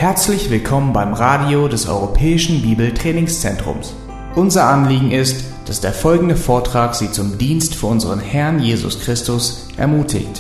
Herzlich willkommen beim Radio des Europäischen Bibeltrainingszentrums. Unser Anliegen ist, dass der folgende Vortrag Sie zum Dienst für unseren Herrn Jesus Christus ermutigt.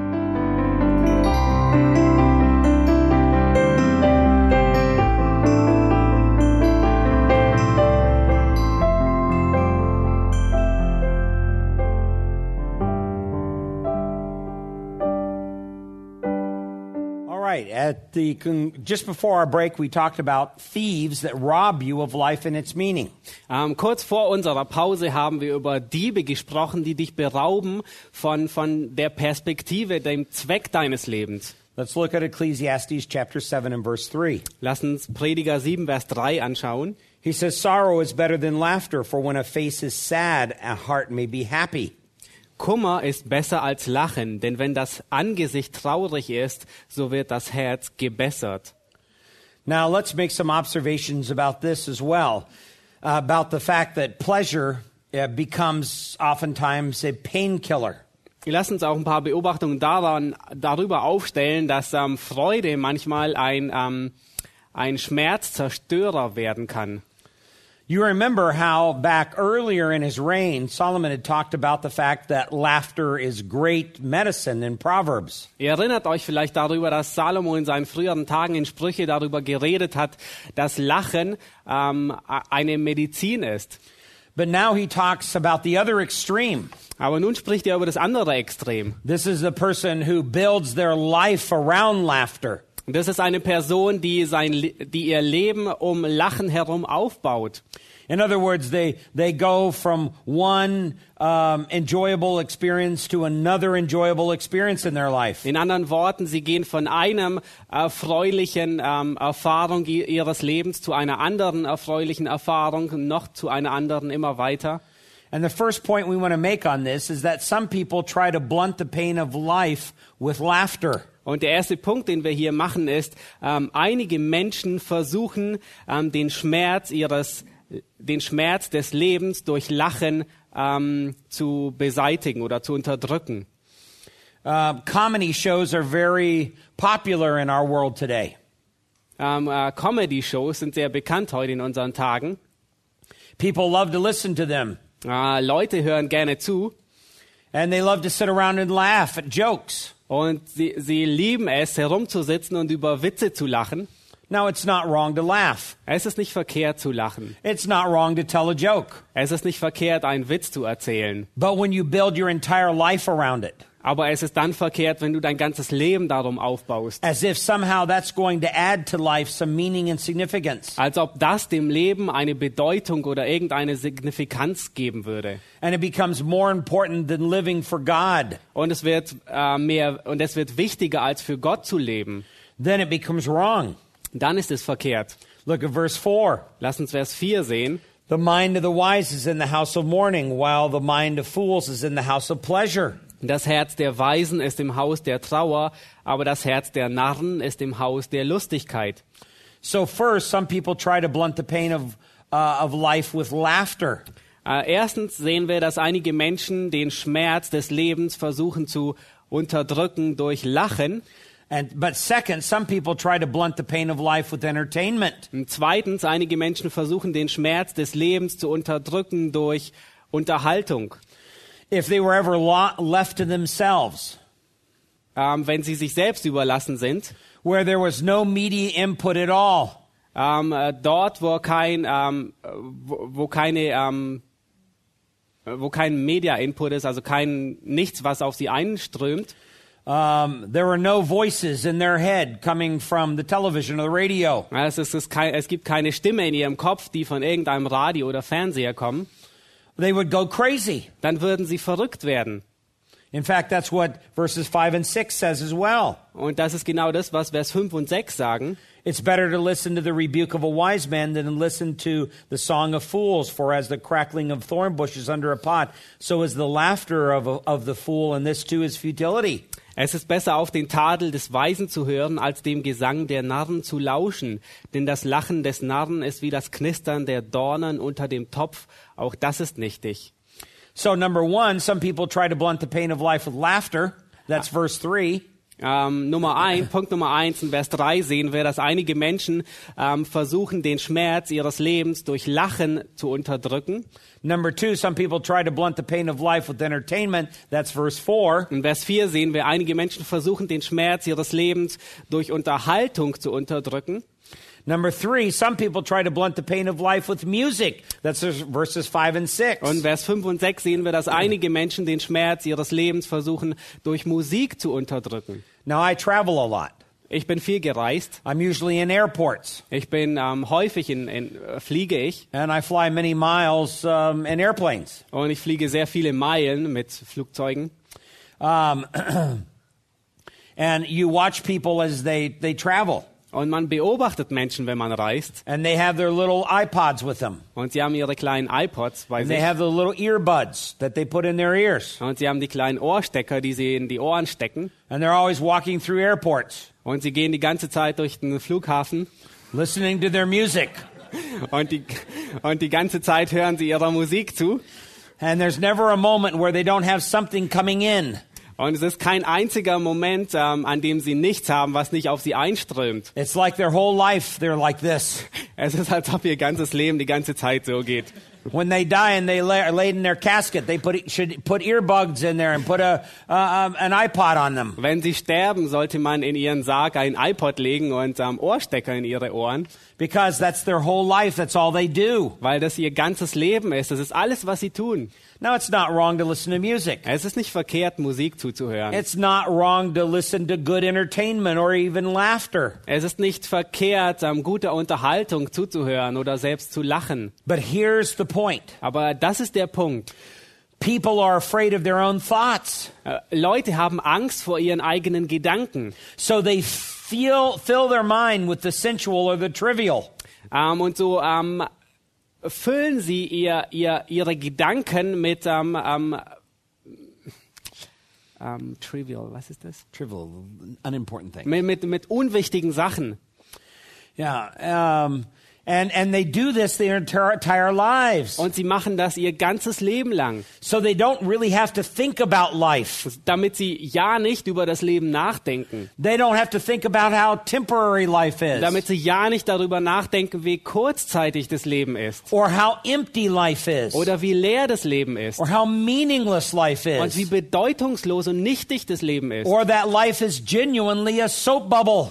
Just before our break, we talked about thieves that rob you of life and its meaning. Kurz vor unserer Pause haben wir über Diebe gesprochen, die dich berauben von der Perspektive, dem Zweck deines Lebens. Let's look at Ecclesiastes chapter 7 and verse 3. Lass uns Prediger 7, Vers 3 anschauen. He says, "Sorrow is better than laughter, for when a face is sad, a heart may be happy." Kummer ist besser als Lachen, denn wenn das Angesicht traurig ist, so wird das Herz gebessert. Now let's make some observations about this as well, about the fact that pleasure becomes oftentimes a painkiller. Lass uns auch ein paar Beobachtungen darüber aufstellen, dass Freude manchmal ein Schmerzzerstörer werden kann. You remember how back earlier in his reign, Solomon had talked about the fact that laughter is great medicine in Proverbs. Ihr erinnert euch vielleicht darüber, dass Salomo in seinen früheren Tagen in Sprüche darüber geredet hat, dass Lachen eine Medizin ist. But now he talks about the other extreme. Aber nun spricht er über das andere Extrem. This is the person who builds their life around laughter. Und das ist eine Person, die ihr Leben um Lachen herum aufbaut. In other words, they go from one enjoyable experience to another enjoyable experience in their life. In anderen Worten, sie gehen von einem erfreulichen Erfahrung ihres Lebens zu einer anderen erfreulichen Erfahrung, noch zu einer anderen immer weiter. And the first point we want to make on this is that some people try to blunt the pain of life with laughter. Und der erste Punkt, den wir hier machen, ist, einige Menschen versuchen, den Schmerz des Lebens durch Lachen zu beseitigen oder zu unterdrücken. Comedy shows are very popular in our world today. Comedy-Shows sind sehr bekannt heute in unseren Tagen. People love to listen to them. Leute hören gerne zu. And they love to sit around and laugh at jokes. Und sie lieben es, herumzusitzen und über Witze zu lachen. Now, it's not wrong to laugh. Es ist nicht verkehrt zu lachen. It's not wrong to tell a joke. Es ist nicht verkehrt, einen Witz zu erzählen. But when you build your entire life around it, aber es ist dann verkehrt, wenn du dein ganzes Leben darum aufbaust. As if somehow that's going to add to life some meaning and significance. Als ob das dem Leben eine Bedeutung oder irgendeine Signifikanz geben würde. And it becomes more important than living for God. Und es wird wichtiger als für Gott zu leben. Then it becomes wrong. Dann ist es verkehrt. Look at verse 4. Lass uns Vers 4 sehen. The mind of the wise is in the house of mourning, while the mind of fools is in the house of pleasure. Das Herz der Weisen ist im Haus der Trauer, aber das Herz der Narren ist im Haus der Lustigkeit. So first, some people try to blunt the pain of life with laughter. Erstens sehen wir, dass einige Menschen den Schmerz des Lebens versuchen zu unterdrücken durch Lachen. But second, some people try to blunt the pain of life with entertainment. Und zweitens, einige Menschen versuchen den Schmerz des Lebens zu unterdrücken durch Unterhaltung. If they were ever left to themselves, wenn sie sich selbst überlassen sind, where there was no media input at all, dort wo kein Media Input ist, also nichts, was auf sie einströmt. There were no voices in their head coming from the television or the radio. Es gibt keine Stimme in ihrem Kopf, die von irgendeinem Radio oder Fernseher kommen. They would go crazy. Dann würden sie verrückt werden. In fact, that's what verses 5 and 6 says as well. Und das ist genau das, was Vers 5 und 6 sagen. It's better to listen to the rebuke of a wise man than to listen to the song of fools. For as the crackling of thorn bushes under a pot, so is the laughter of the fool, and this too is futility. Es ist besser, auf den Tadel des Weisen zu hören, als dem Gesang der Narren zu lauschen. Denn das Lachen des Narren ist wie das Knistern der Dornen unter dem Topf. Auch das ist nichtig. So number one, some people try to blunt the pain of life with laughter. That's verse 3. Punkt Nummer 1 in Vers 3 sehen wir, dass einige Menschen versuchen, den Schmerz ihres Lebens durch Lachen zu unterdrücken. Number 2, some people try to blunt the pain of life with entertainment. That's verse 4. In Vers 4 sehen wir, einige Menschen versuchen, den Schmerz ihres Lebens durch Unterhaltung zu unterdrücken. Number 3, some people try to blunt the pain of life with music. That's verses 5 and 6. Und Vers 5 und 6 sehen wir, dass einige Menschen den Schmerz ihres Lebens versuchen, durch Musik zu unterdrücken. Now, I travel a lot. Ich bin viel gereist. I'm usually in airports. Ich bin häufig fliege ich. And I fly many miles in airplanes. Und ich fliege sehr viele Meilen mit Flugzeugen. And you watch people as they travel. Und man beobachtet Menschen, wenn man reist. And they have their little iPods with them. Und sie haben ihre kleinen iPods bei And sich. they have the little earbuds that they put in their ears. Und sie haben die kleinen Ohrstecker, die sie in die Ohren stecken. And they're always walking through airports, Und sie gehen die ganze Zeit durch den Flughafen. listening to their music. Und die ganze Zeit hören sie ihrer Musik zu. And there's never a moment where they don't have something coming in. Und es ist kein einziger Moment, an dem sie nichts haben, was nicht auf sie einströmt. It's like their whole life, they're like this. Es ist, als ob ihr ganzes Leben die ganze Zeit so geht. When they die and they are laid in their casket, they should put earbuds in there and put an iPod on them. Wenn sie sterben, sollte man in ihren Sarg ein iPod legen und Ohrstecker in ihre Ohren. Because that's their whole life, that's all they do. Weil das ihr ganzes Leben ist. Das ist alles, was sie tun. Now, it's not wrong to listen to music. Es ist nicht verkehrt, Musik zuzuhören. It's not wrong to listen to good entertainment or even laughter. Es ist nicht verkehrt, guter Unterhaltung zuzuhören oder selbst zu lachen. But here's the point. Aber das ist der Punkt. People are afraid of their own thoughts. Leute haben Angst vor ihren eigenen Gedanken. So they fill their mind with the sensual or the trivial. Und so füllen sie ihre Gedanken mit trivial, was ist das? Trivial, unimportant thing. Mit unwichtigen Sachen. Yeah. And they do this their entire lives. Und sie machen das ihr ganzes Leben lang. So they don't really have to think about life. Damit sie ja nicht über das Leben nachdenken. They don't have to think about how temporary life is. Damit sie ja nicht darüber nachdenken, wie kurzzeitig das Leben ist. Or how empty life is. Oder wie leer das Leben ist. Or how meaningless life is. Und wie bedeutungslos und nichtig das Leben ist. Or that life is genuinely a soap bubble.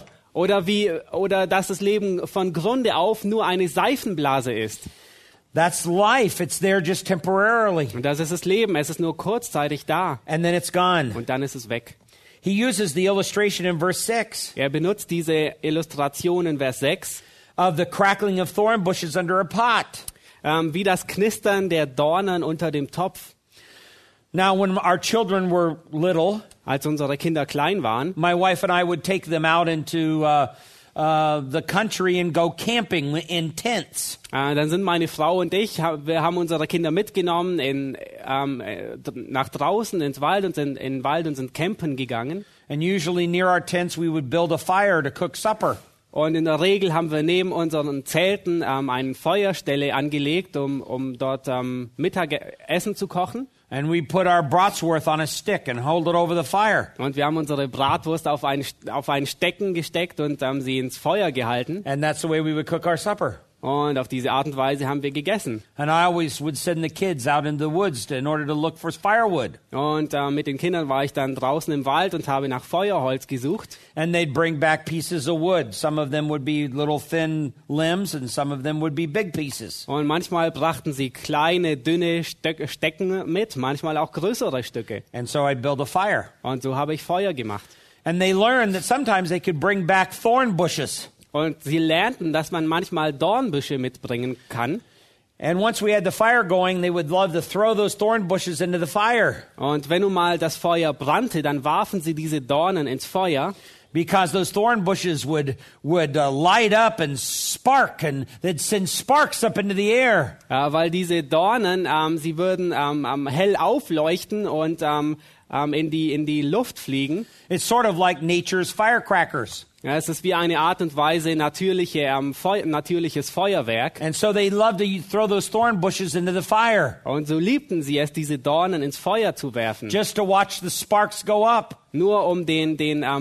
Oder dass das Leben von Grunde auf nur eine Seifenblase ist. That's life. It's there just temporarily. Und das ist das Leben. Es ist nur kurzzeitig da. And then it's gone. Und dann ist es weg. He uses the illustration in verse 6. Er benutzt diese Illustration in Vers 6. Of the crackling of thorn bushes under a pot. Wie das Knistern der Dornen unter dem Topf. Now, when our children were little, als unsere Kinder klein waren, my wife and I would take them out into the country and go camping in tents. Dann sind meine Frau und wir haben unsere Kinder mitgenommen nach draußen ins Wald und sind in den Wald und sind campen gegangen. And usually near our tents we would build a fire to cook supper. Und in der Regel haben wir neben unseren Zelten eine Feuerstelle angelegt, um dort Mittagessen zu kochen. And we put our bratwurst on a stick and hold it over the fire. Und wir haben unsere Bratwurst auf einen Stecken gesteckt und sie ins Feuer gehalten. And that's the way we would cook our supper. Und auf diese Art und Weise haben wir gegessen. And I always would send the kids out into the woods in order to look for firewood. Und mit den Kindern war ich dann draußen im Wald und habe nach Feuerholz gesucht. And they'd bring back pieces of wood. Some of them would be little thin limbs and some of them would be big pieces. Und manchmal brachten sie kleine, dünne Stecken mit, manchmal auch größere Stücke. And so I'd build a fire. Und so habe ich Feuer gemacht. And they learned that sometimes they could bring back thorn bushes. Und sie lernten, dass man manchmal Dornbüsche mitbringen kann. And once we had the fire going, they would love to throw those thorn bushes into the fire. Und wenn nun mal das Feuer brannte, dann warfen sie diese Dornen ins Feuer. Because those thorn bushes would light up and spark, and they'd send sparks up into the air. Weil diese Dornen, sie würden hell aufleuchten und in die Luft fliegen. It's sort of like nature's firecrackers. Ja, es ist wie eine Art und Weise natürliches Feuerwerk. And so they love to throw those thorn bushes into the fire, Und so liebten sie es, diese Dornen ins Feuer zu werfen. just to watch the sparks go up. Nur um den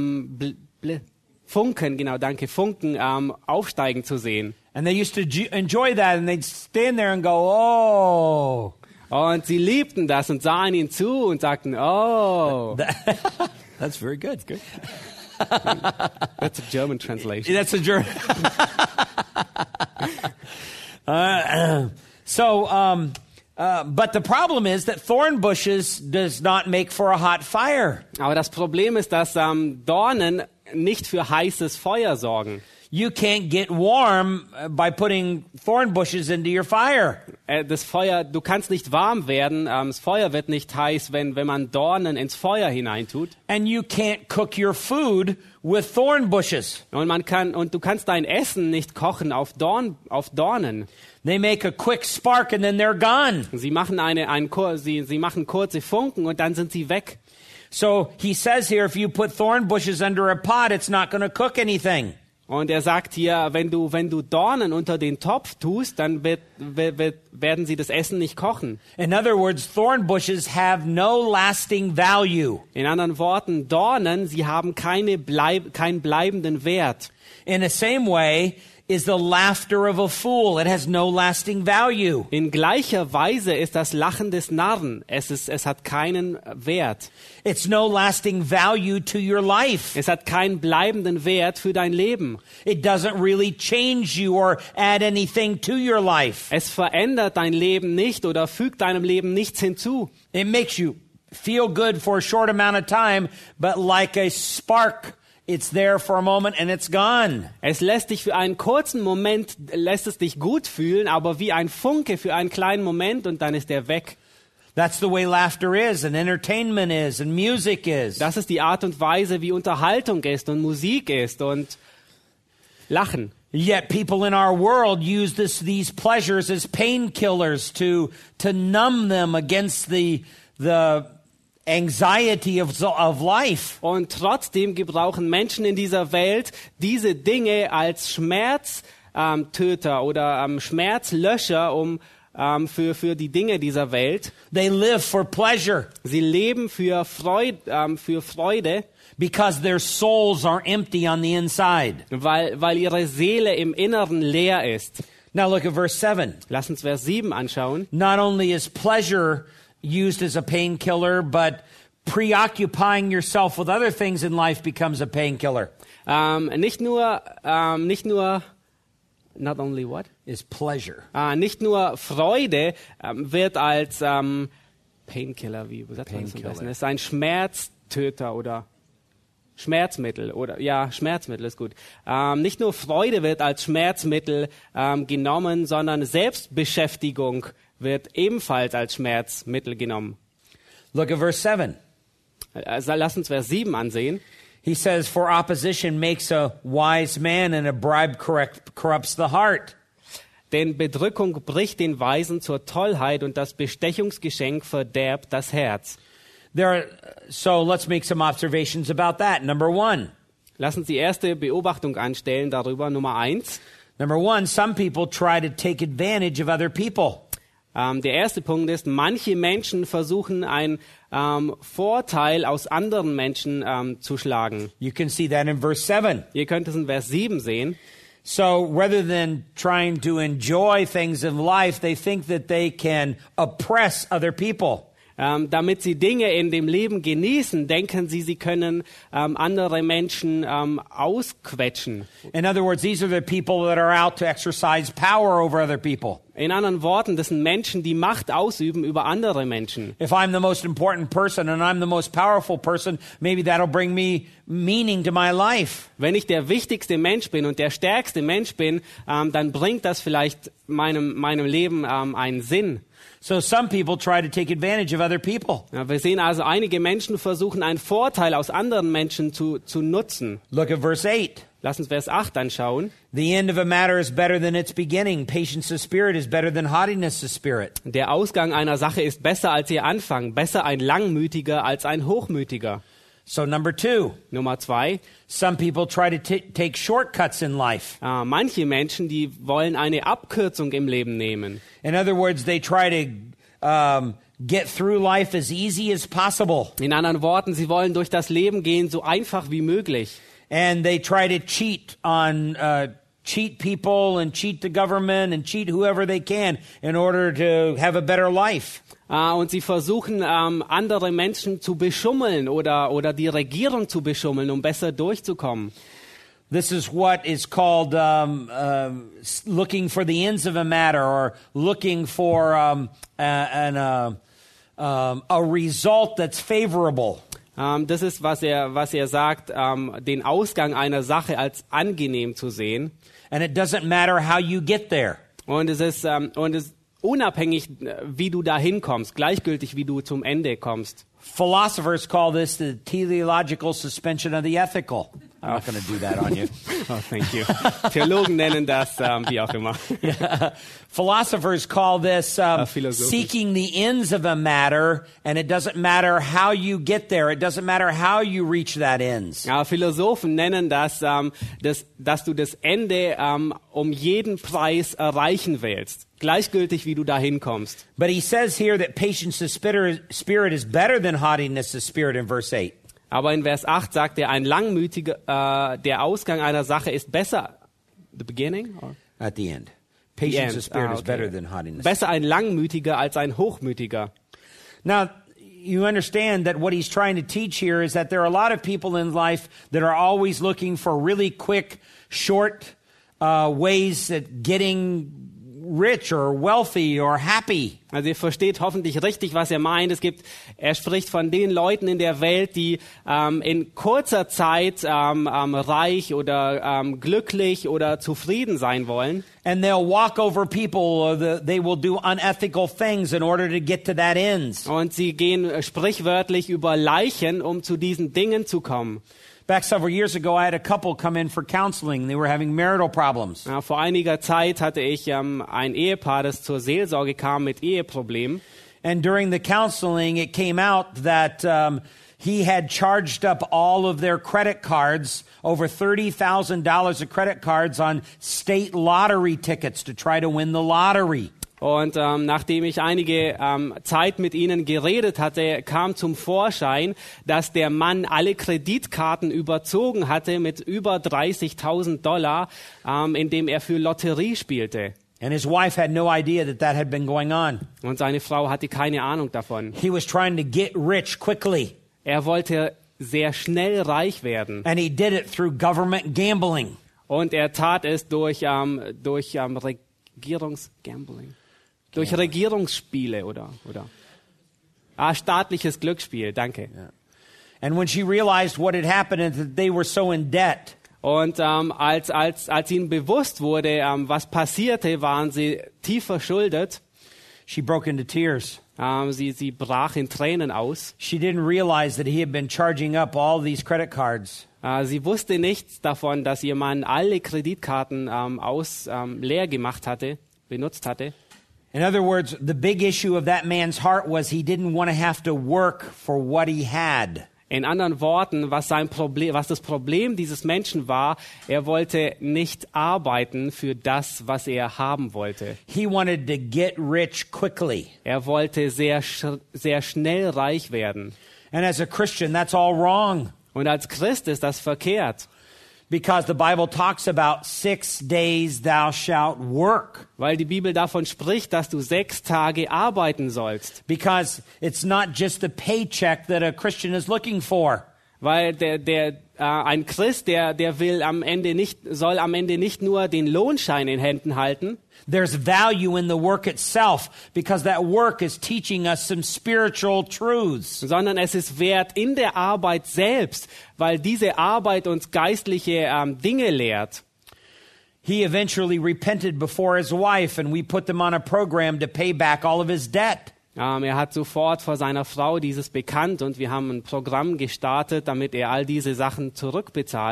Funken, genau, danke, Funken aufsteigen zu sehen. And they used to enjoy that, and they'd stand there and go, oh. Und sie liebten das und sahen ihn zu und sagten, oh. That's very good. That's a German translation. That's a German. But the problem is that thorn bushes does not make for a hot fire. Aber das Problem ist, dass Dornen nicht für heißes Feuer sorgen. You can't get warm by putting thorn bushes into your fire. Das Feuer, du kannst nicht warm werden. Das Feuer wird nicht heiß, wenn man Dornen ins Feuer hineintut. And you can't cook your food with thorn bushes. Und du kannst dein Essen nicht kochen auf Dornen. They make a quick spark and then they're gone. Sie machen sie machen kurze Funken und dann sind sie weg. So he says here, if you put thorn bushes under a pot, it's not going to cook anything. Und er sagt hier, wenn du Dornen unter den Topf tust, dann werden sie das Essen nicht kochen. In other words, thorn bushes have no lasting value. In anderen Worten, Dornen, sie haben keinen bleibenden Wert. In the same way is the laughter of a fool. It has no lasting value. In gleicher Weise ist das Lachen des Narren. Es hat keinen Wert. It's no lasting value to your life. Es hat keinen bleibenden Wert für dein Leben. It doesn't really change you or add anything to your life. Es verändert dein Leben nicht oder fügt deinem Leben nichts hinzu. It makes you feel good for a short amount of time, but like a spark, it's there for a moment and it's gone. Es lässt dich für einen kurzen Moment, lässt es dich gut fühlen, aber wie ein Funke für einen kleinen Moment und dann ist er weg. That's the way laughter is and entertainment is and music is. Das ist die Art und Weise, wie Unterhaltung ist und Musik ist und Lachen. Yet people in our world use these pleasures as painkillers to numb them against the anxiety of life. Und trotzdem gebrauchen Menschen in dieser Welt diese Dinge als Schmerztöter oder Schmerzlöscher, für die Dinge dieser Welt. They live for pleasure. Sie leben für Freude. Because their souls are empty on the inside. Weil ihre Seele im Inneren leer ist. Now look at verse 7. Lass uns Vers 7 anschauen. Not only is pleasure used as a painkiller, but preoccupying yourself with other things in life becomes a painkiller. Not only what? Is pleasure. Nicht nur Freude wird als Painkiller, wie sagt man das am besten? Es ist ein Schmerztöter oder Schmerzmittel Schmerzmittel ist gut. Nicht nur Freude wird als Schmerzmittel genommen, sondern Selbstbeschäftigung wird ebenfalls als Schmerzmittel genommen. Look at verse 7. Lass uns Vers 7 ansehen. He says, for opposition makes a wise man and a bribe corrupts the heart. Denn Bedrückung bricht den Weisen zur Tollheit und das Bestechungsgeschenk verderbt das Herz. So let's make some observations about that. Number 1. Lass uns die erste Beobachtung anstellen darüber. Nummer 1. Number 1, some people try to take advantage of other people. Der erste Punkt ist, manche Menschen versuchen, einen Vorteil aus anderen Menschen zu schlagen. You can see that in verse 7. Ihr könnt es in Vers 7 sehen. So rather than trying to enjoy things in life, they think that they can oppress other people. Damit sie Dinge in dem Leben genießen, denken sie können andere Menschen ausquetschen. In other words, these are the people that are out to exercise power over other people. In anderen Worten, das sind Menschen, die Macht ausüben über andere Menschen. If I'm the most important person and I'm the most powerful person, maybe that'll bring me meaning to my life. Wenn ich der wichtigste Mensch bin und der stärkste Mensch bin, dann bringt das vielleicht meinem Leben einen Sinn. So some people try to take advantage of other people. Ja, wir sehen also, einige Menschen versuchen, einen Vorteil aus anderen Menschen zu nutzen. Look at verse 8. Lass uns Vers 8 anschauen. The end of a matter is better than its beginning. Patience of spirit is better than haughtiness of spirit. Der Ausgang einer Sache ist besser als ihr Anfang, besser ein Langmütiger als ein Hochmütiger. So number 2, Nummer 2, some people try to take shortcuts in life. manche Menschen, die wollen eine Abkürzung im Leben nehmen. In other words, they try to get through life as easy as possible. In anderen Worten, sie wollen durch das Leben gehen, so einfach wie möglich. And they try to cheat people and cheat the government and cheat whoever they can in order to have a better life. Und sie versuchen, andere Menschen zu beschummeln oder die Regierung zu beschummeln, um besser durchzukommen. This is what is called looking for the ends of a matter, or looking for a result that's favorable. Das ist, was er sagt, den Ausgang einer Sache als angenehm zu sehen. And it doesn't matter how you get there. Und es ist unabhängig, wie du dahin kommst, gleichgültig, wie du zum Ende kommst. Philosophers call this the teleological suspension of the ethical. I'm not going to do that on you. Oh, thank you. Theologen nennen das, wie auch immer. Philosophers call this seeking the ends of a matter, and it doesn't matter how you get there. It doesn't matter how you reach that ends. Ja, Philosophen nennen das, dass du das Ende um jeden Preis erreichen willst. Gleichgültig, wie du dahin kommst. But he says here that patience of spirit is better than haughtiness of spirit in verse 8. Aber in Vers 8 sagt er, ein langmütiger, der Ausgang einer Sache ist besser. The beginning? Or? At the end. Patience of spirit is better than haughtiness. Besser ein langmütiger als ein hochmütiger. Now, you understand that what he's trying to teach here is that there are a lot of people in life that are always looking for really quick, short ways at getting rich or wealthy or happy. Also ihr versteht hoffentlich richtig, was er meint. Er spricht von den Leuten in der Welt, die in kurzer Zeit reich oder glücklich oder zufrieden sein wollen. And they'll walk over people, they will do unethical things in order to get to that ends. Und sie gehen sprichwörtlich über Leichen, um zu diesen Dingen zu kommen. Back several years ago, I had a couple come in for counseling. They were having marital problems. Ja, vor einiger Zeit hatte ich ein Ehepaar, das zur Seelsorge kam mit Eheproblemen. And during the counseling, it came out that he had charged up all of their credit cards, over $30,000 of credit cards on state lottery tickets to try to win the lottery. Und nachdem ich einige Zeit mit ihnen geredet hatte, kam zum Vorschein, dass der Mann alle Kreditkarten überzogen hatte mit über $30.000, indem er für Lotterie spielte. And his wife had no idea that had been going on. Und seine Frau hatte keine Ahnung davon. He was trying to get rich quickly. Er wollte sehr schnell reich werden. And he did it through government gambling. Und er tat es durch Regierungsgambling. Durch Regierungsspiele oder staatliches Glücksspiel, danke. Yeah. And when she realized what had happened and that they were so in debt. Und als ihnen bewusst wurde, was passierte, waren sie tief verschuldet. She broke into tears. Sie brach in Tränen aus. She didn't realize that he had been charging up all these credit cards. Sie wusste nichts davon, dass ihr Mann alle Kreditkarten leer gemacht hatte, benutzt hatte. In other words, the big issue of that man's heart was he didn't want to have to work for what he had. In anderen Worten, was das Problem dieses Menschen war, er wollte nicht arbeiten für das, was er haben wollte. He wanted to get rich quickly. Er wollte sehr schnell reich werden. And as a Christian, that's all wrong. Und als Christ ist das verkehrt. Because the Bible talks about 6 days thou shalt work. Weil die Bibel davon spricht, dass du 6 Tage arbeiten sollst. Because it's not just the paycheck that a Christian is looking for. Weil ein Christ, der soll am Ende nicht nur den Lohnschein in Händen halten. There's value in the work itself, because that work is teaching us some spiritual truths. Sondern es ist wert in der Arbeit selbst, weil diese Arbeit uns geistliche Dinge lehrt. He eventually repented before his wife, and we put them on a program to pay back all of his debt. Er hat sofort vor seiner Frau dieses bekannt und wir haben ein Programm gestartet, damit er all diese Sachen zurückbezahlt.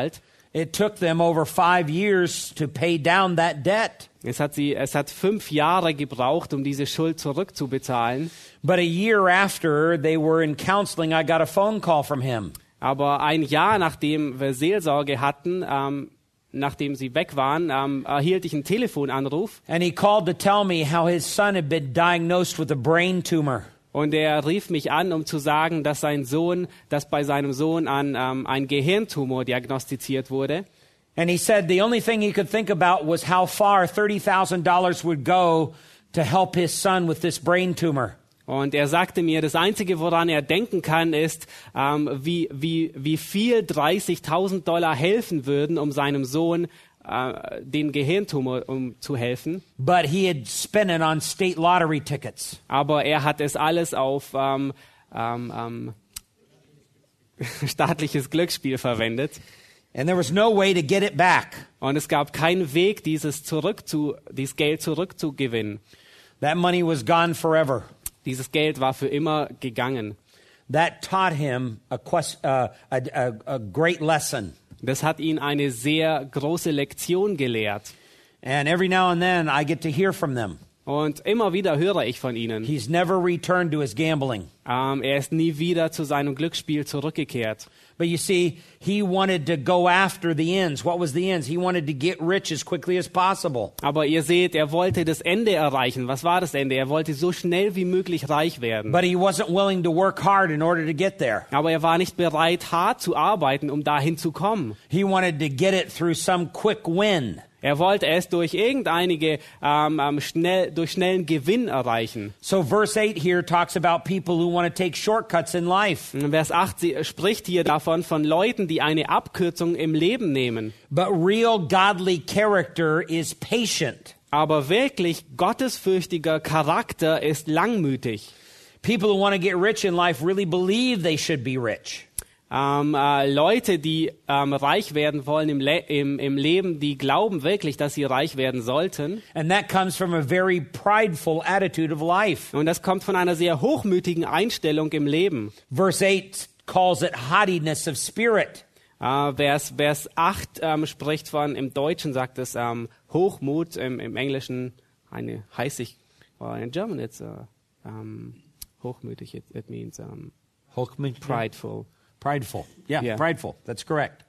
It took them over 5 years to pay down that debt. Es hat 5 Jahre gebraucht, um diese Schuld zurückzubezahlen. But a year after they were in counseling, I got a phone call from him. Aber ein Jahr nachdem wir Seelsorge hatten, nachdem sie weg waren, erhielt ich einen Telefonanruf. And he called to tell me how his son had been diagnosed with a brain tumor. Und er rief mich an, um zu sagen, dass bei seinem Sohn ein Gehirntumor diagnostiziert wurde. And he said the only thing he could think about was how far $30,000 would go to help his son with this brain tumor. Und er sagte mir, das Einzige, woran er denken kann, ist, wie viel $30.000 helfen würden, um seinem Sohn den Gehirntumor zu helfen. But he had spent it on state lottery tickets. Aber er hat es alles auf staatliches Glücksspiel verwendet. And there was no way to get it back. Und es gab keinen Weg, dieses Geld zurückzugewinnen. That money was gone forever. Dieses Geld war für immer gegangen. That taught him a great lesson. Das hat ihn eine sehr große Lektion gelehrt. And every now and then I get to hear from them. Und immer wieder höre ich von ihnen. He's never returned to his gambling. Er ist nie wieder zu seinem Glücksspiel zurückgekehrt. But you see, he wanted to go after the ends. What was the ends? He wanted to get rich as quickly as possible. Aber ihr seht, er wollte das Ende erreichen. Was war das Ende? Er wollte so schnell wie möglich reich werden. But he wasn't willing to work hard in order to get there. Aber er war nicht bereit, hart zu arbeiten, um dahin zu kommen. He wanted to get it through some quick win. Er wollte es durch durch schnellen Gewinn erreichen. So verse 8 here talks about people who want to take shortcuts in life. Vers 8 spricht hier davon von Leuten, die eine Abkürzung im Leben nehmen. But real godly character is patient. Aber wirklich gottesfürchtiger Charakter ist langmütig. People who want to get rich in life really believe they should be rich. Leute, die reich werden wollen im Leben, die glauben wirklich, dass sie reich werden sollten. And that comes from a very prideful attitude of life. Und das kommt von einer sehr hochmütigen Einstellung im Leben. Verse 8 calls it haughtiness of spirit. Vers 8 spricht von, im Deutschen sagt es Hochmut, im Englischen eine heißig, in German it's hochmütig, it means prideful. Prideful. Yeah, Yeah. prideful. That's correct.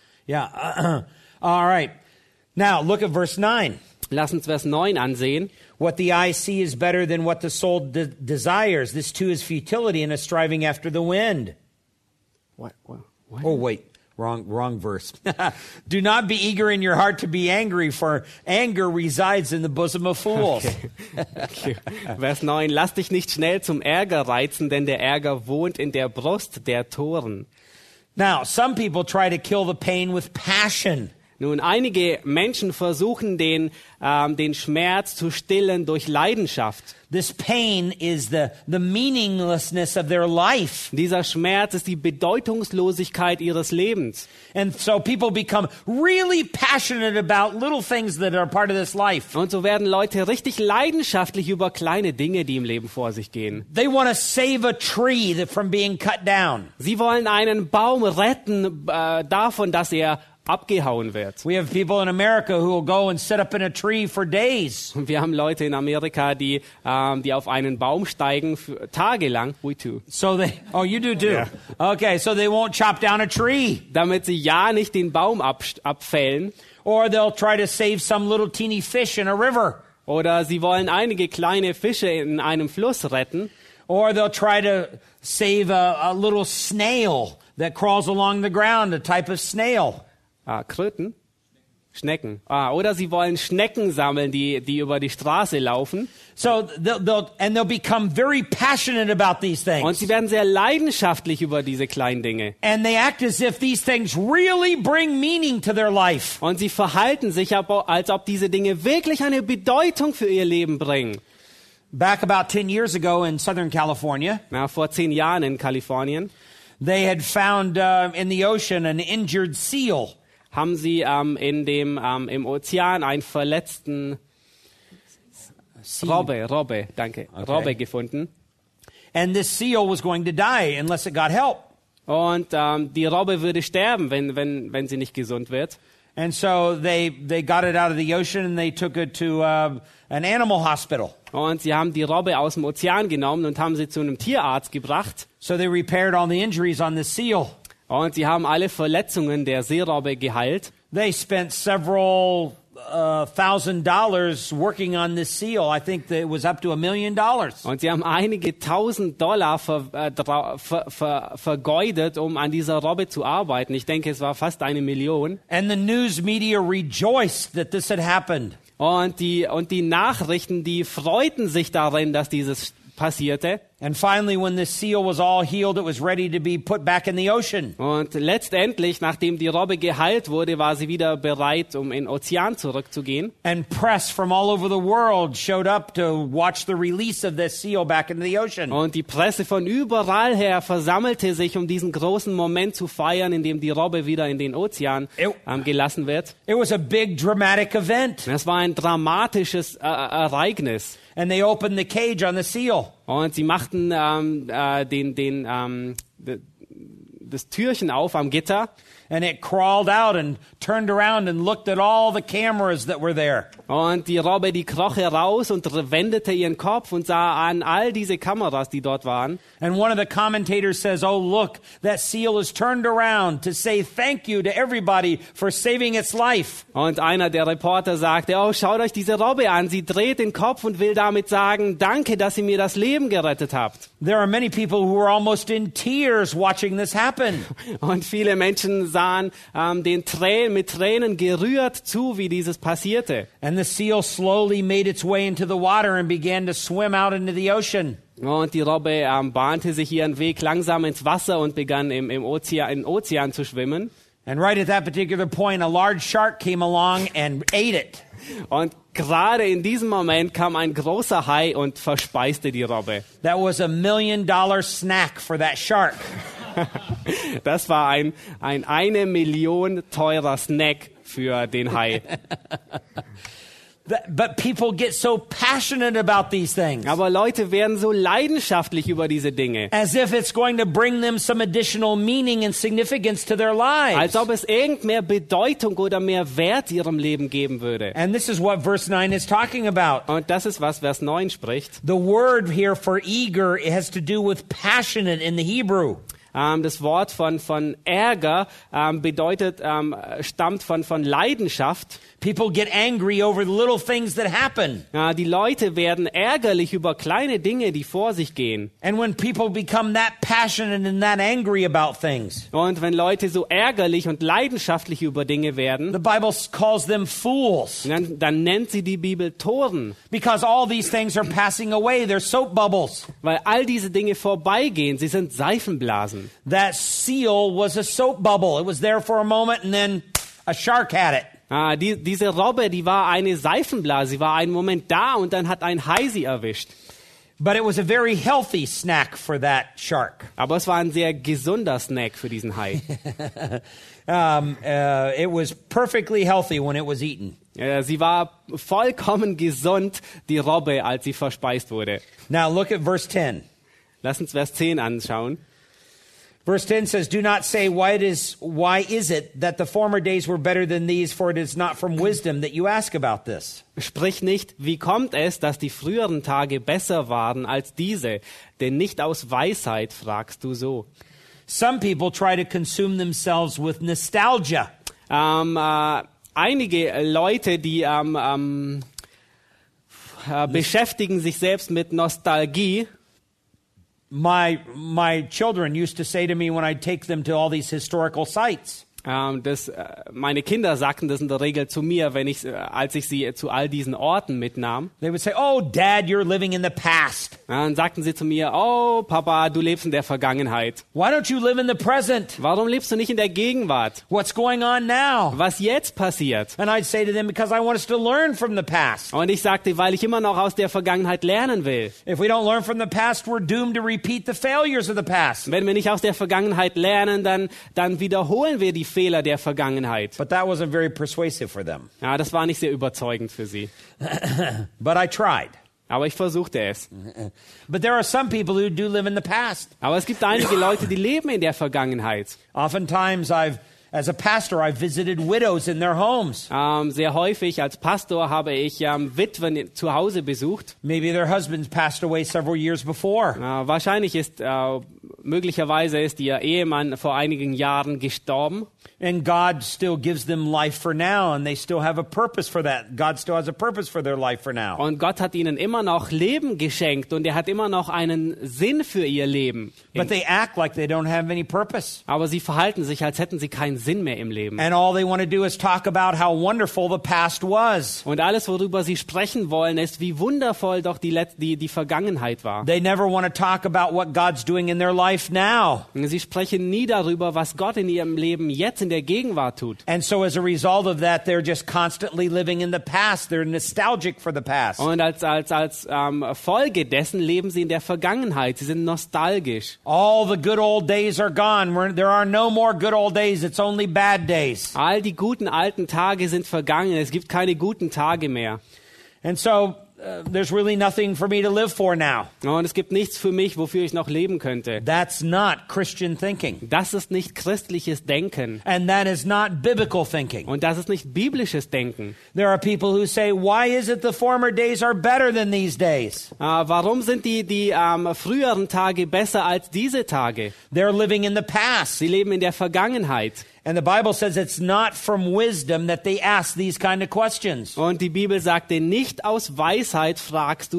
Yeah. All right. Now, look at verse 9. Lass uns Vers 9 ansehen. What the eye see is better than what the soul desires. This too is futility and a striving after the wind. What? Oh, wait. Wrong verse. Do not be eager in your heart to be angry, for anger resides in the bosom of fools. Okay. Vers 9. Lass dich nicht schnell zum Ärger reizen, denn der Ärger wohnt in der Brust der Toren. Now, some people try to kill the pain with passion. Nun, einige Menschen versuchen, den Schmerz zu stillen durch Leidenschaft. This pain is the meaninglessness of their life. Dieser Schmerz ist die Bedeutungslosigkeit ihres Lebens. And so people become really passionate about little things that are part of this life. Und so werden Leute richtig leidenschaftlich über kleine Dinge, die im Leben vor sich gehen. They want to save a tree from being cut down. Sie wollen einen Baum retten davon, dass er abgehauen wird. We have people in America who will go and sit up in a tree for days. Und wir haben Leute in Amerika, die auf einen Baum steigen tagelang. We too. So you do too. Yeah. Okay, so they won't chop down a tree. Damit sie ja nicht den Baum abfällen. Or they'll try to save some little teeny fish in a river. Oder sie wollen einige kleine Fische in einem Fluss retten. Or they'll try to save a little snail that crawls along the ground, a type of snail. Kröten? Schnecken. Oder sie wollen Schnecken sammeln, die über die Straße laufen. So they'll become very passionate about these things. Und sie werden sehr leidenschaftlich über diese kleinen Dinge. And they act as if these things really bring meaning to their life. Und sie verhalten sich aber, als ob diese Dinge wirklich eine Bedeutung für ihr Leben bringen. Back about 10 years ago in Southern California, Vor 10 Jahren in Kalifornien, they had found in the ocean an injured seal. haben sie im Ozean einen verletzten Robbe Okay. Robbe gefunden. And this seal was going to die unless it got help. Und die Robbe würde sterben, wenn sie nicht gesund wird. And so they got it out of the ocean and they took it to an animal hospital. Und sie haben die Robbe aus dem Ozean genommen und haben sie zu einem Tierarzt gebracht. So they repaired all the injuries on the seal. Und sie haben alle Verletzungen der Seerobbe geheilt. They spent several $1,000 working on this seal. I think that it was up to $1 million. Und sie haben einige $1.000 vergeudet, um an dieser Robbe zu arbeiten. Ich denke, es war fast 1 Million. And the news media rejoiced that this had happened. Und die Nachrichten, die freuten sich darin, dass dieses passierte. And finally, when the seal was all healed, it was ready to be put back in the ocean. Und letztendlich, nachdem die Robbe geheilt wurde, war sie wieder bereit, um in den Ozean zurückzugehen. And press from all over the world showed up to watch the release of this seal back into the ocean. Und die Presse von überall her versammelte sich, um diesen großen Moment zu feiern, in dem die Robbe wieder in den Ozean gelassen wird. It was a big dramatic event. Es war ein dramatisches Ereignis. And they opened the cage on the seal. Und sie machten das Türchen auf am Gitter. And it crawled out and turned around and looked at all the cameras that were there. Und die Robbe, die kroch heraus und wendete ihren Kopf und sah an all diese Kameras, die dort waren. And one of the commentators says, "Oh, look, that seal is turned around to say thank you to everybody for saving its life." Und einer der Reporter sagte, oh, schaut euch diese Robbe an. Sie dreht den Kopf und will damit sagen, danke, dass ihr mir das Leben gerettet habt. There are many people who were almost in tears watching this happen. Und viele Menschen sahen mit Tränen gerührt zu, wie dieses passierte. And the seal slowly made its way into the water and began to swim out into the ocean. Und die Robbe bahnte sich ihren Weg langsam ins Wasser und begann im Ozean zu schwimmen. And right at that particular point, a large shark came along and ate it. Und gerade in diesem Moment kam ein großer Hai und verspeiste die Robbe. That was $1 million snack for that shark. Das war ein 1 Million teurer Snack für den Hai. But people get so passionate about these things. Aber Leute werden so leidenschaftlich über diese Dinge. As if it's going to bring them some additional meaning and significance to their lives. Als ob es irgend mehr Bedeutung oder mehr Wert ihrem Leben geben würde. And this is what verse 9 is talking about. Und das ist, was Vers 9 spricht. The word here for eager has to do with passionate in the Hebrew. Das Wort von Ärger stammt von Leidenschaft. People get angry over the little things that happen. Die Leute werden ärgerlich über kleine Dinge, die vor sich gehen. And when people become that passionate and that angry about things, und wenn Leute so ärgerlich und leidenschaftlich über Dinge werden, the Bible calls them fools. Dann nennt sie die Bibel Toren. Because all these things are passing away, they're soap bubbles. Weil all diese Dinge vorbeigehen, sie sind Seifenblasen. That seal was a soap bubble. It was there for a moment and then a shark had it. Diese Robbe, die war eine Seifenblase. Sie war einen Moment da und dann hat ein Hai sie erwischt. But it was a very healthy snack for that shark. Aber es war ein sehr gesunder Snack für diesen Hai. It was perfectly healthy when it was eaten. Sie war vollkommen gesund, die Robbe, als sie verspeist wurde. Now look at verse 10. Lass uns Vers 10 anschauen. Verse 10 says, "Do not say, why is it that the former days were better than these, for it is not from wisdom that you ask about this." Sprich nicht, wie kommt es, dass die früheren Tage besser waren als diese? Denn nicht aus Weisheit fragst du so. Some people try to consume themselves with nostalgia. Einige Leute, die beschäftigen sich selbst mit Nostalgie. My children used to say to me when I'd take them to all these historical sites. Meine Kinder sagten das in der Regel zu mir, als ich sie zu all diesen Orten mitnahm. They would say, "Oh, Dad, you're living in the past." Dann sagten sie zu mir, oh, Papa, du lebst in der Vergangenheit. Why don't you live in the present? Warum lebst du nicht in der Gegenwart? What's going on now? Was jetzt passiert? And I'd say to them, because I want us to learn from the past. Und ich sagte, weil ich immer noch aus der Vergangenheit lernen will. If we don't learn from the past, we're doomed to repeat the failures of the past. Wenn wir nicht aus der Vergangenheit lernen, dann wiederholen wir die Fehler der Vergangenheit. But that wasn't very persuasive for them. Ja, das war nicht sehr überzeugend für sie. But I tried. Aber ich versuchte es. But there are some people who do live in the past. Aber es gibt einige Leute, die leben in der Vergangenheit. Oftentimes as a pastor, I've visited widows in their homes. Sehr häufig als Pastor habe ich Witwen zu Hause besucht. Maybe their husbands passed away several years before. Wahrscheinlich möglicherweise ist ihr Ehemann vor einigen Jahren gestorben. And God still gives them life for now, and they still have a purpose for that. God still has a purpose for their life for now. Und Gott hat ihnen immer noch Leben geschenkt und er hat immer noch einen Sinn für ihr Leben. But they act like they don't have any purpose. Aber sie verhalten sich, als hätten sie keinen Sinn mehr im Leben. And all they want to do is talk about how wonderful the past was. Und alles, worüber sie sprechen wollen, ist, wie wundervoll doch die Vergangenheit war. They never want to talk about what God's doing in their life now. Sie sprechen nie darüber, was Gott in ihrem Leben jetzt in der Gegenwart tut. And so as a result of that, they're just constantly living in the past. They're nostalgic for the past. Und als Folge dessen leben sie in der Vergangenheit. Sie sind nostalgisch. All the good old days are gone. There are no more good old days. It's only bad days. All die guten alten Tage sind vergangen. Es gibt keine guten Tage mehr. And so there's really nothing for me to live for now. Und es gibt nichts für mich, wofür ich noch leben könnte. That's not Christian thinking. Das ist nicht christliches Denken. And that is not biblical thinking. Und das ist nicht biblisches Denken. There are people who say, why is it the former days are better than these days? Warum sind die früheren Tage besser als diese Tage? They're living in the past. Sie leben in der Vergangenheit. And the Bible says it's not from wisdom that they ask these kind of questions. Und die Bibel sagte, nicht aus Weisheit stellst du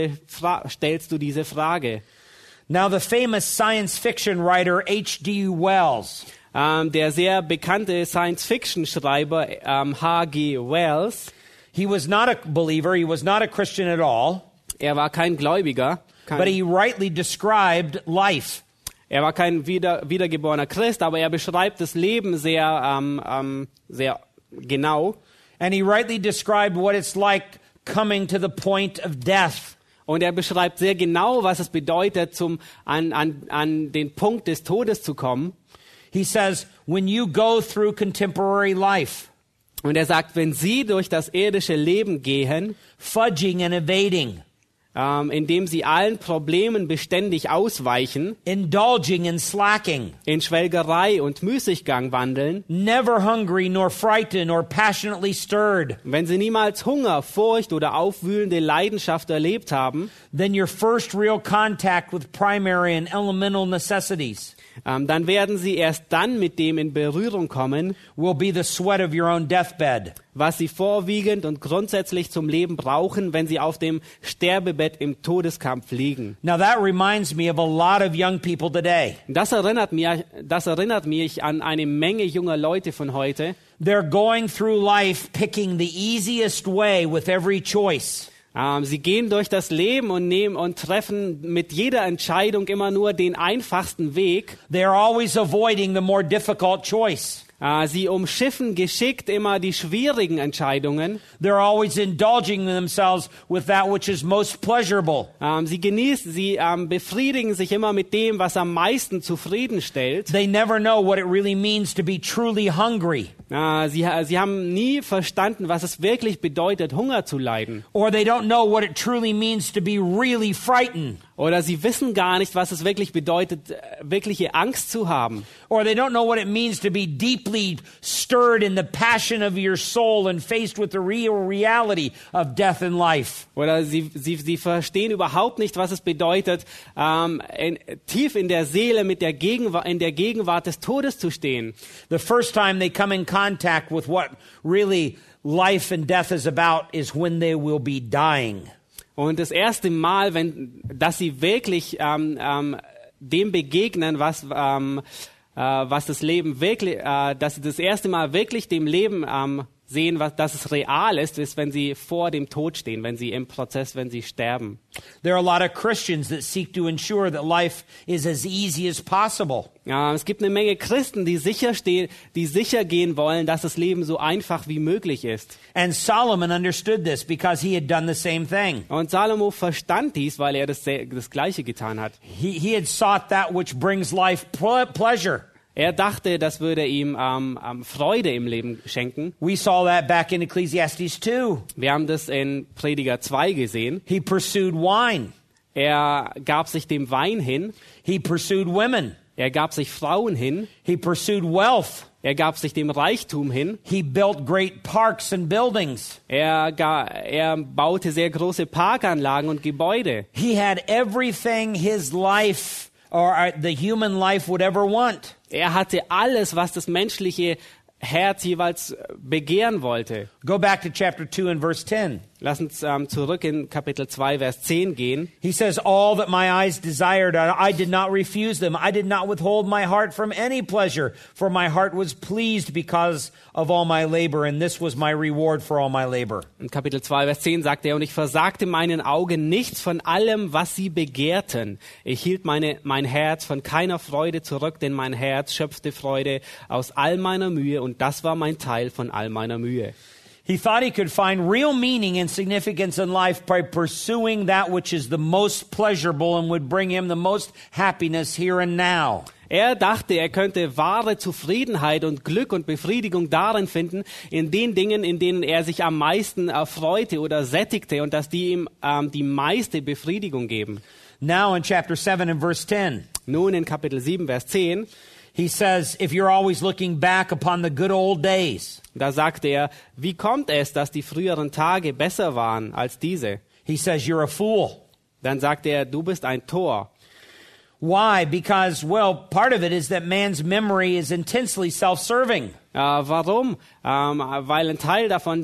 diese Frage. Now the famous science fiction writer H.G. Wells, der sehr bekannte Science-Fiction-Schreiber H.G. Wells, he was not a believer, he was not a Christian at all, er war kein Gläubiger, but he rightly described life. Er war kein wiedergeborener Christ, aber er beschreibt das Leben sehr genau. And he rightly described what it's like coming to the point of death. Und er beschreibt sehr genau, was es bedeutet, an den Punkt des Todes zu kommen. He says, when you go through contemporary life, und er sagt, wenn Sie durch das irdische Leben gehen, fudging and evading, indem sie allen Problemen beständig ausweichen, indulging and slacking, in Schwelgerei und Müßiggang wandeln, never hungry nor frightened or passionately stirred, wenn sie niemals Hunger, Furcht oder aufwühlende Leidenschaft erlebt haben, then your first real contact with primary and elemental necessities dann werden sie erst dann mit dem in Berührung kommen, will be the sweat of your own deathbed. Was sie vorwiegend und grundsätzlich zum Leben brauchen, wenn sie auf dem Sterbebett im Todeskampf liegen. Now that reminds me of a lot of young people today. Das erinnert mich an eine Menge junger Leute von heute. They're going through life picking the easiest way with every choice. Sie gehen durch das Leben und treffen mit jeder Entscheidung immer nur den einfachsten Weg. They're always avoiding the more difficult choice. Sie umschiffen geschickt immer die schwierigen Entscheidungen. They're always indulging themselves with that which is most pleasurable. Sie befriedigen sich immer mit dem, was am meisten zufriedenstellt. They never know what it really means to be truly hungry. Sie haben nie verstanden, was es wirklich bedeutet, Hunger zu leiden. Or they don't know what it truly means to be really frightened. Oder sie wissen gar nicht, was es wirklich bedeutet, wirkliche Angst zu haben. Or they don't know what it means to be deeply stirred in the passion of your soul and faced with the real reality of death and life. Oder sie verstehen überhaupt nicht, was es bedeutet, tief in der Seele in der Gegenwart des Todes zu stehen. The first time they come in contact with what really life and death is about is when they will be dying. Und das erste Mal, dass sie wirklich dem begegnen, was das Leben wirklich, dass sie das erste Mal wirklich dem Leben sehen, dass es real ist, wenn sie vor dem Tod stehen, wenn sie sterben. There are a lot of Christians that seek to ensure that life is as easy as possible. Es gibt eine Menge Christen, die sicher gehen wollen, dass das Leben so einfach wie möglich ist. And Solomon understood this because he had done the same thing. Und Salomo verstand dies, weil er das Gleiche getan hat. He had sought that which brings life pleasure. Er dachte, das würde ihm Freude im Leben schenken. We saw that back in Ecclesiastes 2. Wir haben das in Prediger 2 gesehen. He pursued wine. Er gab sich dem Wein hin. He pursued women. Er gab sich Frauen hin. He pursued wealth. Er gab sich dem Reichtum hin. He built great parks and buildings. Er baute sehr große Parkanlagen und Gebäude. He had everything his life or the human life would ever want. Er hatte alles, was das menschliche Herz jeweils begehren wollte. Go back to chapter 2 and verse 10. Lass uns zurück in Kapitel 2, Vers 10 gehen. He says, all that my eyes desired, I did not refuse them. I did not withhold my heart from any pleasure, for my heart was pleased because of all my labor, and this was my reward for all my labor. In Kapitel 2, Vers 10 sagt er, und ich versagte meinen Augen nichts von allem, was sie begehrten. Ich hielt mein Herz von keiner Freude zurück, denn mein Herz schöpfte Freude aus all meiner Mühe, und das war mein Teil von all meiner Mühe. He thought he could find real meaning and significance in life by pursuing that which is the most pleasurable and would bring him the most happiness here and now. Er dachte, er könnte wahre Zufriedenheit und Glück und Befriedigung darin finden, in den Dingen, in denen er sich am meisten erfreute oder sättigte, und dass die ihm die meiste Befriedigung geben. Now in chapter 7 and verse 10. Nun in Kapitel 7, Vers 10. He says, if you're always looking back upon the good old days. Da sagt er, wie kommt es, dass die früheren Tage besser waren als diese? He says, you're a fool. Dann sagt er, du bist ein Tor. Why? Because, well, part of it is that man's memory is intensely self-serving. Warum? Weil ein Teil davon,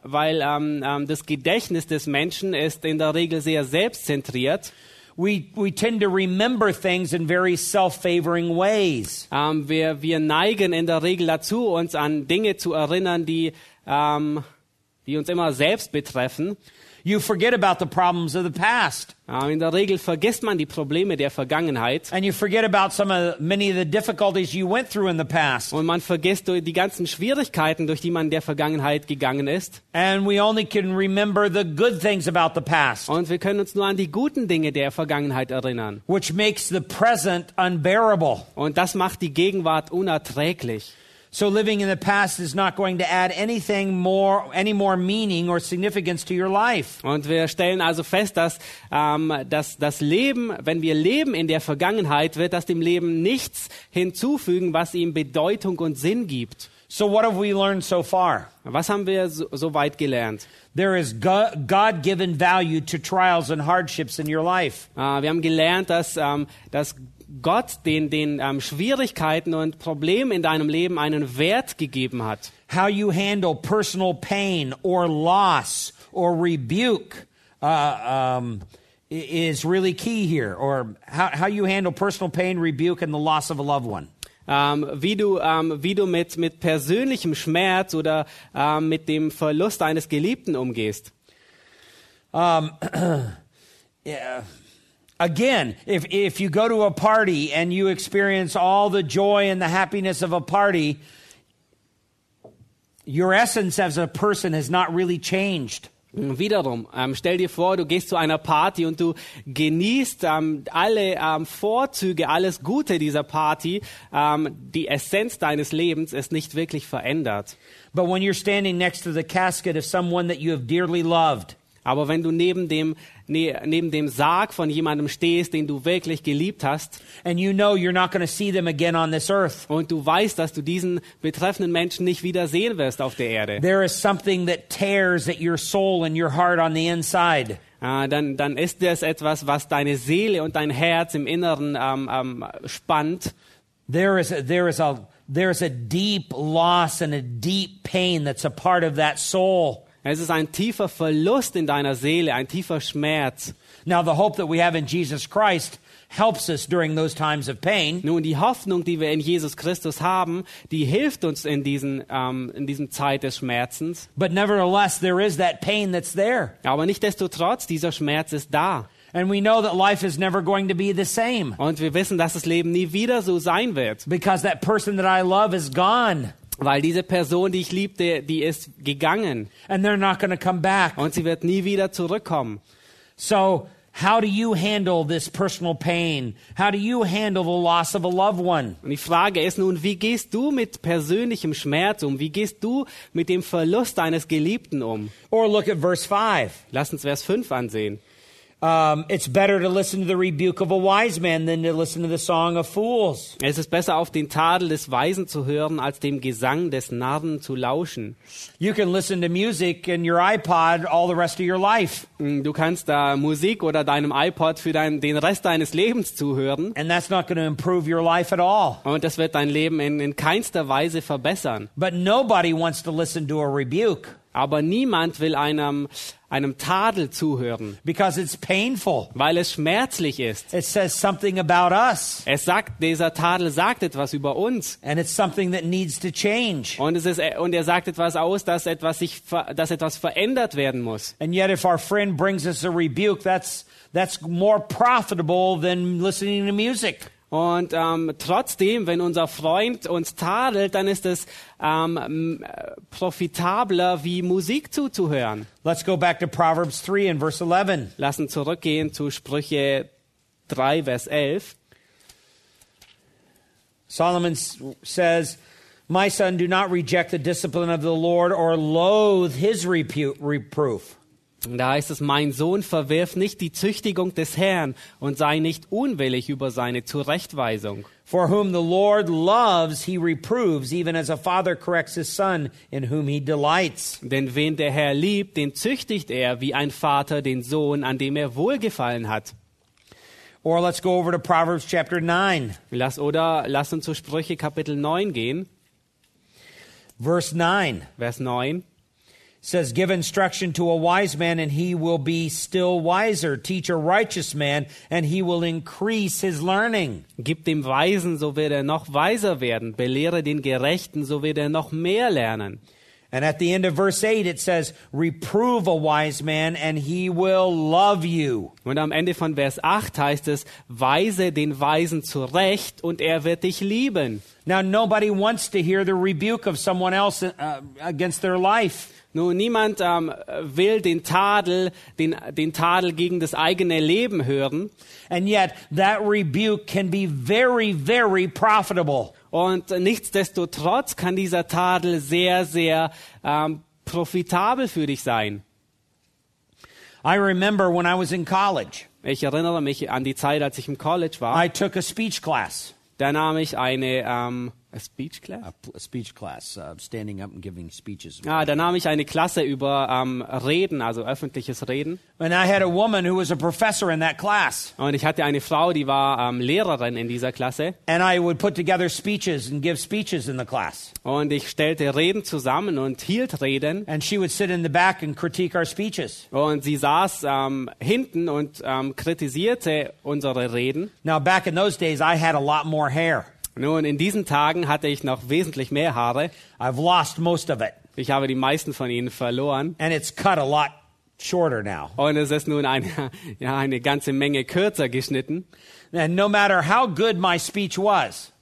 das Gedächtnis des Menschen ist in der Regel sehr selbstzentriert. We tend to remember things in very self-favoring ways. Wir neigen in der Regel dazu, uns an Dinge zu erinnern, die uns immer selbst betreffen. You forget about the problems of the past. In der Regel vergisst man die Probleme der Vergangenheit. And you forget about many of the difficulties you went through in the past. Und man vergisst die ganzen Schwierigkeiten, durch die man in der Vergangenheit gegangen ist. And we only can remember the good things about the past. Und wir können uns nur an die guten Dinge der Vergangenheit erinnern. Which makes the present unbearable. Und das macht die Gegenwart unerträglich. So living in the past is not going to add any more meaning or significance to your life. Und wir stellen also fest, dass das Leben, wenn wir leben in der Vergangenheit, wird das dem Leben nichts hinzufügen, was ihm Bedeutung und Sinn gibt. So what have we learned so far? Was haben wir so weit gelernt? There is God-given value to trials and hardships in your life. Wir haben gelernt, dass Gott den Schwierigkeiten und Problemen in deinem Leben einen Wert gegeben hat. How you handle personal pain or loss or rebuke is really key here. Or how you handle personal pain, rebuke, and the loss of a loved one. Wie du mit persönlichem Schmerz oder mit dem Verlust eines Geliebten umgehst. Yeah. Again, if you go to a party and you experience all the joy and the happiness of a party, your essence as a person has not really changed. Wiederum, stell dir vor, du gehst zu einer Party und du genießt alle Vorzüge, alles Gute dieser Party. Die Essenz deines Lebens ist nicht wirklich verändert. But when you're standing next to the casket of someone that you have dearly loved, aber wenn du neben dem Sarg von jemandem stehst, den du wirklich geliebt hast, and you know you're not going to see them again on this earth, und du weißt, dass du diesen betreffenden Menschen nicht wieder sehen wirst auf der Erde, there is something that tears at your soul and your heart on the inside. Dann ist das etwas, was deine Seele und dein Herz im Inneren spannt. There is a deep loss and a deep pain that's a part of that soul. Es ist ein tiefer Verlust in deiner Seele, ein tiefer Schmerz. Now, the hope that we have in Jesus Christ helps us during those times of pain. Nun, die Hoffnung, die wir in Jesus Christus haben, die hilft uns in diesem Zeit des Schmerzens. But nevertheless, there is that pain that's there. Aber nichtsdestotrotz, dieser Schmerz ist da. And we know that life is never going to be the same. Und wir wissen, dass das Leben nie wieder so sein wird. Because that person that I love is gone. Weil diese Person, die ich liebte, die ist gegangen. And they're not going to come back. Und sie wird nie wieder zurückkommen. So How do you handle this personal pain? How do you handle the loss of a loved one? Und die Frage ist nun, wie gehst du mit persönlichem Schmerz um? Wie gehst du mit dem Verlust eines Geliebten um? Or look at verse 5. Lass uns Vers 5 ansehen. It's better to listen to the rebuke of a wise man than to listen to the song of fools. Es ist besser, auf den Tadel des Weisen zu hören, als dem Gesang des Narren zu lauschen. You can listen to music in your iPod all the rest of your life. Du kannst da Musik oder deinem iPod für den Rest deines Lebens zuhören. And that's not going to improve your life at all. Und das wird dein Leben in keinster Weise verbessern. But nobody wants to listen to a rebuke. Aber niemand will einem Tadel zuhören, Because it's painful. weil es schmerzlich ist. It says something about us. Dieser Tadel sagt etwas über uns. And it's something that needs to change. Und er sagt etwas aus, dass etwas verändert werden muss. And yet if our friend brings us a rebuke, that's more profitable than listening to music. Und trotzdem, wenn unser Freund uns tadelt, dann ist es profitabler, wie Musik zuzuhören. Let's go back to Proverbs 3 and verse 11. Lass uns zurückgehen zu Sprüche 3, Vers 11. Solomon says, "My son, do not reject the discipline of the Lord or loathe his reproof." Und da heißt es, mein Sohn, verwirf nicht die Züchtigung des Herrn und sei nicht unwillig über seine Zurechtweisung. For whom the Lord loves, he reproves, even as a father corrects his son, in whom he delights. Denn wen der Herr liebt, den züchtigt er, wie ein Vater den Sohn, an dem er Wohlgefallen hat. Or let's go over to Proverbs chapter 9. Lass uns zu Sprüche Kapitel 9 gehen, Verse 9 Vers 9. says, "Give instruction to a wise man, and he will be still wiser. Teach a righteous man, and he will increase his learning." Gib dem Weisen, so wird er noch weiser werden. Belehre den Gerechten, so wird er noch mehr lernen. And at the end of verse 8, it says, "Reprove a wise man, and he will love you." Und am Ende von Vers 8 heißt es, weise den Weisen zurecht und er wird dich lieben. Now, nobody wants to hear the rebuke of someone else against their life. Nun, niemand will den Tadel gegen das eigene Leben hören. And yet, that rebuke can be very, very profitable. Und nichtsdestotrotz kann dieser Tadel sehr, sehr profitabel für dich sein. I remember when I was in college, Ich erinnere mich an die Zeit, als ich im College war. I took a speech class. Da nahm ich eine Speech Class? A speech class, standing up and giving speeches. Da nahm ich eine Klasse über Reden, also öffentliches Reden. And I had a woman who was a professor in that class. Und ich hatte eine Frau, die war Lehrerin in dieser Klasse. And I would put together speeches and give speeches in the class. Und ich stellte Reden zusammen und hielt Reden. And she would sit in the back and critique our speeches. Und sie saß hinten und kritisierte unsere Reden. Now, back in those days, I had a lot more hair. Nun, in diesen Tagen hatte ich noch wesentlich mehr Haare. I've lost most of it. Ich habe die meisten von ihnen verloren. And it's cut a lot shorter now. Und es ist nun eine ganze Menge kürzer geschnitten. And no matter how good my speech was,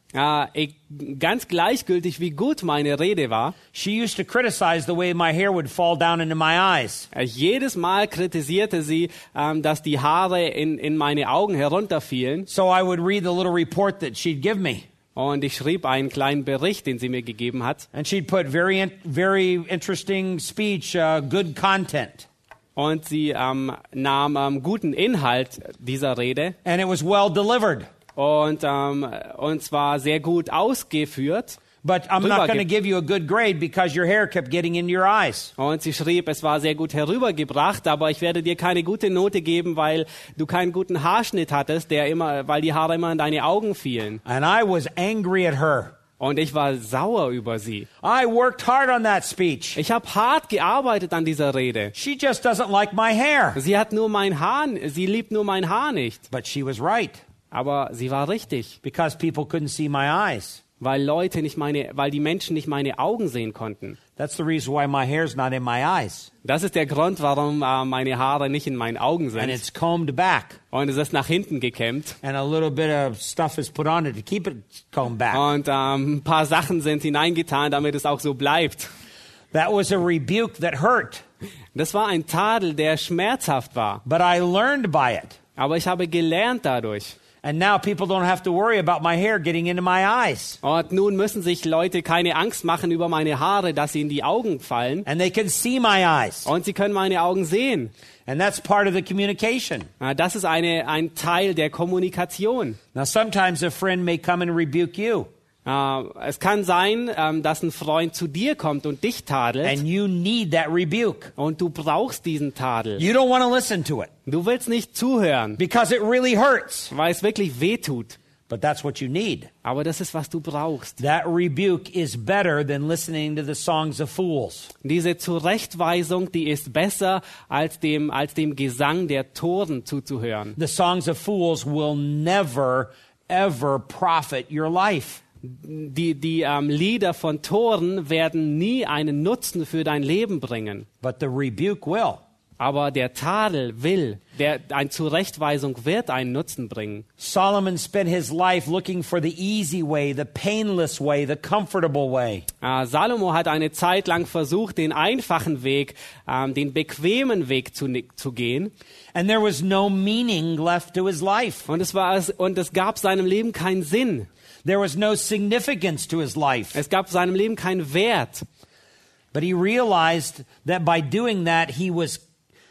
ganz gleichgültig, wie gut meine Rede war, she used to criticize the way my hair would fall down into my eyes. Jedes Mal kritisierte sie, dass die Haare in meine Augen herunterfielen. So I would read the little report that she'd give me. Und ich schrieb einen kleinen Bericht, den sie mir gegeben hat. And she'd put very interesting speech, good content. Und sie nahm guten Inhalt dieser Rede. And it was well delivered. Und zwar sehr gut ausgeführt. But I'm not going to give you a good grade because your hair kept getting into your eyes. Und sie schrieb, es war sehr gut herübergebracht, aber ich werde dir keine gute Note geben, weil du keinen guten Haarschnitt hattest, weil die Haare immer in deine Augen fielen. And I was angry at her. Und ich war sauer über sie. I worked hard on that speech. Ich habe hart gearbeitet an dieser Rede. She just doesn't like my hair. Sie liebt nur mein Haar nicht. But she was right. Aber sie war richtig. Because people couldn't see my eyes. Weil die Menschen nicht meine Augen sehen konnten. That's the reason why my hair's not in my eyes. Das ist der Grund, warum meine Haare nicht in meinen Augen sind. And it's combed back. Und es ist nach hinten gekämmt. And a little bit of stuff is put on it to keep it combed back. Und ein paar Sachen sind hineingetan, damit es auch so bleibt. That was a rebuke that hurt. Das war ein Tadel, der schmerzhaft war. But I learned by it. Aber ich habe gelernt dadurch. And now people don't have to worry about my hair getting into my eyes. Und nun müssen sich Leute keine Angst machen über meine Haare, dass sie in die Augen fallen. And they can see my eyes. Und sie können meine Augen sehen. And that's part of the communication. Das ist ein Teil der Kommunikation. Now, sometimes a friend may come and rebuke you. Es kann sein, dass ein Freund zu dir kommt und dich tadelt. And you need that rebuke. Und du brauchst diesen Tadel. You don't want to listen to it. Du willst nicht zuhören, Because it really hurts. weil es wirklich wehtut. But that's what you need. Aber das ist, was du brauchst. That rebuke is better than listening to the songs of fools. Diese Zurechtweisung, die ist besser, als dem Gesang der Toren zuzuhören. The songs of fools will never, ever profit your life. Die Lieder von Toren werden nie einen Nutzen für dein Leben bringen. But the rebuke will. Aber der Tadel will, eine Zurechtweisung wird einen Nutzen bringen. Solomon spent his life looking for the easy way, the painless way, the comfortable way. Salomo hat eine Zeit lang versucht, den einfachen Weg, den bequemen Weg zu gehen. And there was no meaning left to his life. Und es gab seinem Leben keinen Sinn. There was no significance to his life. Es gab seinem Leben keinen Wert. But he realized that by doing that, he was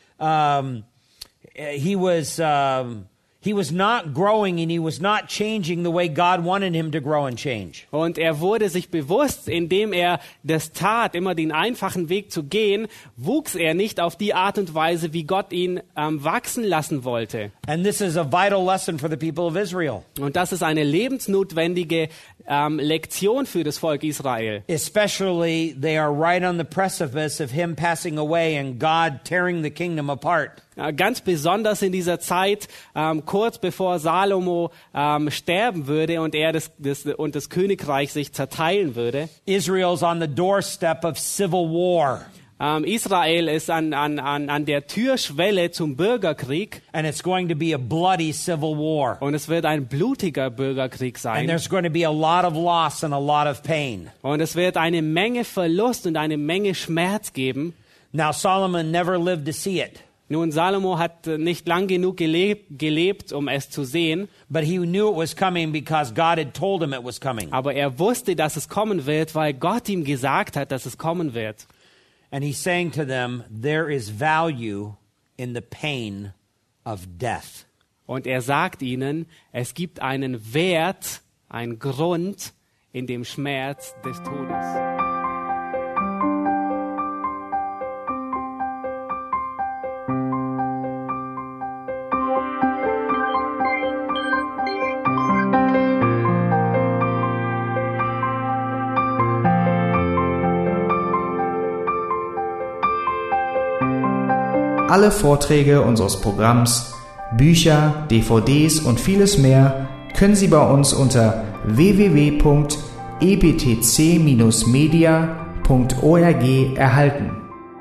not growing and he was not changing the way God wanted him to grow and change. Und er wurde sich bewusst, indem er das tat, immer den einfachen Weg zu gehen, wuchs er nicht auf die Art und Weise, wie Gott ihn wachsen lassen wollte. And this is a vital lesson for the people of Israel. Und das ist eine lebensnotwendige Lektion für das Volk Israel. Especially they are right on the precipice of him passing away and God tearing the kingdom apart. Ganz besonders in dieser Zeit, kurz bevor Salomo sterben würde und er das Königreich sich zerteilen würde. Israel's on the doorstep of civil war. Israel ist an der Türschwelle zum Bürgerkrieg. And it's going to be a bloody civil war. Und es wird ein blutiger Bürgerkrieg And sein. there's going to be a lot of loss and a lot of pain. Und es wird eine Menge Verlust und eine Menge Schmerz geben. Now Solomon never lived to see it. Nun, Salomo hat nicht lang genug gelebt, um es zu sehen. But he knew it was coming because God had told him it was coming. Aber er wusste, dass es kommen wird, weil Gott ihm gesagt hat, dass es kommen wird. And he's saying to them, there is value in the pain of death. Und er sagt ihnen, es gibt einen Wert, einen Grund in dem Schmerz des Todes. Alle Vorträge unseres Programms, Bücher, DVDs und vieles mehr können Sie bei uns unter www.ebtc-media.org erhalten.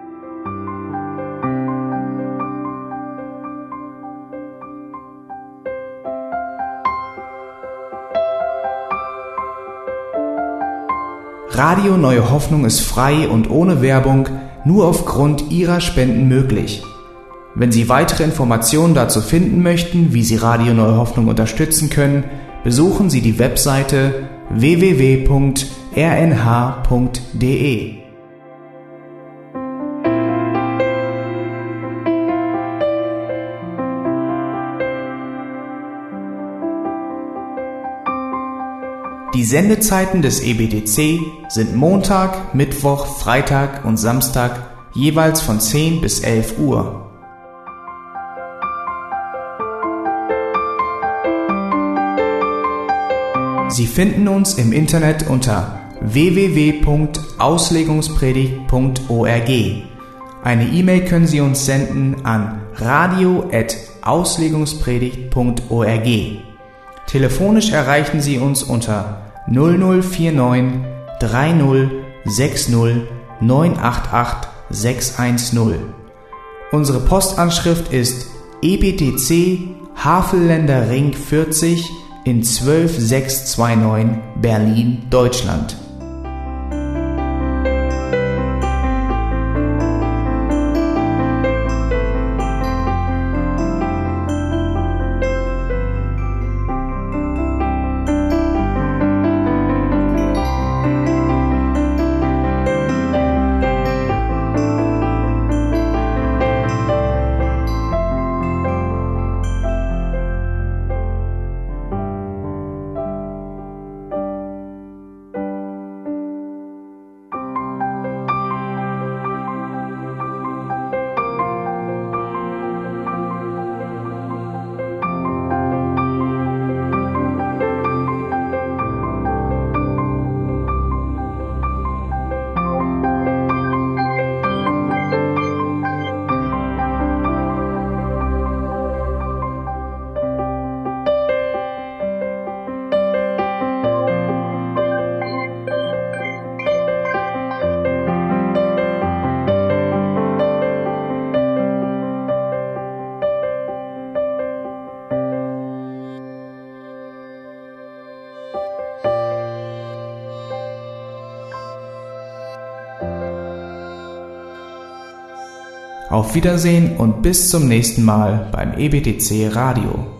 Radio Neue Hoffnung ist frei und ohne Werbung nur aufgrund Ihrer Spenden möglich. Wenn Sie weitere Informationen dazu finden möchten, wie Sie Radio Neue Hoffnung unterstützen können, besuchen Sie die Webseite www.rnh.de. Die Sendezeiten des EBTC sind Montag, Mittwoch, Freitag und Samstag jeweils von 10 bis 11 Uhr. Sie finden uns im Internet unter www.auslegungspredigt.org. Eine E-Mail können Sie uns senden an radio@auslegungspredigt.org. Telefonisch erreichen Sie uns unter 0049 30 60 988 610. Unsere Postanschrift ist EBTC Havelländer Ring 40 in 12629 Berlin, Deutschland. Auf Wiedersehen und bis zum nächsten Mal beim EBTC Radio.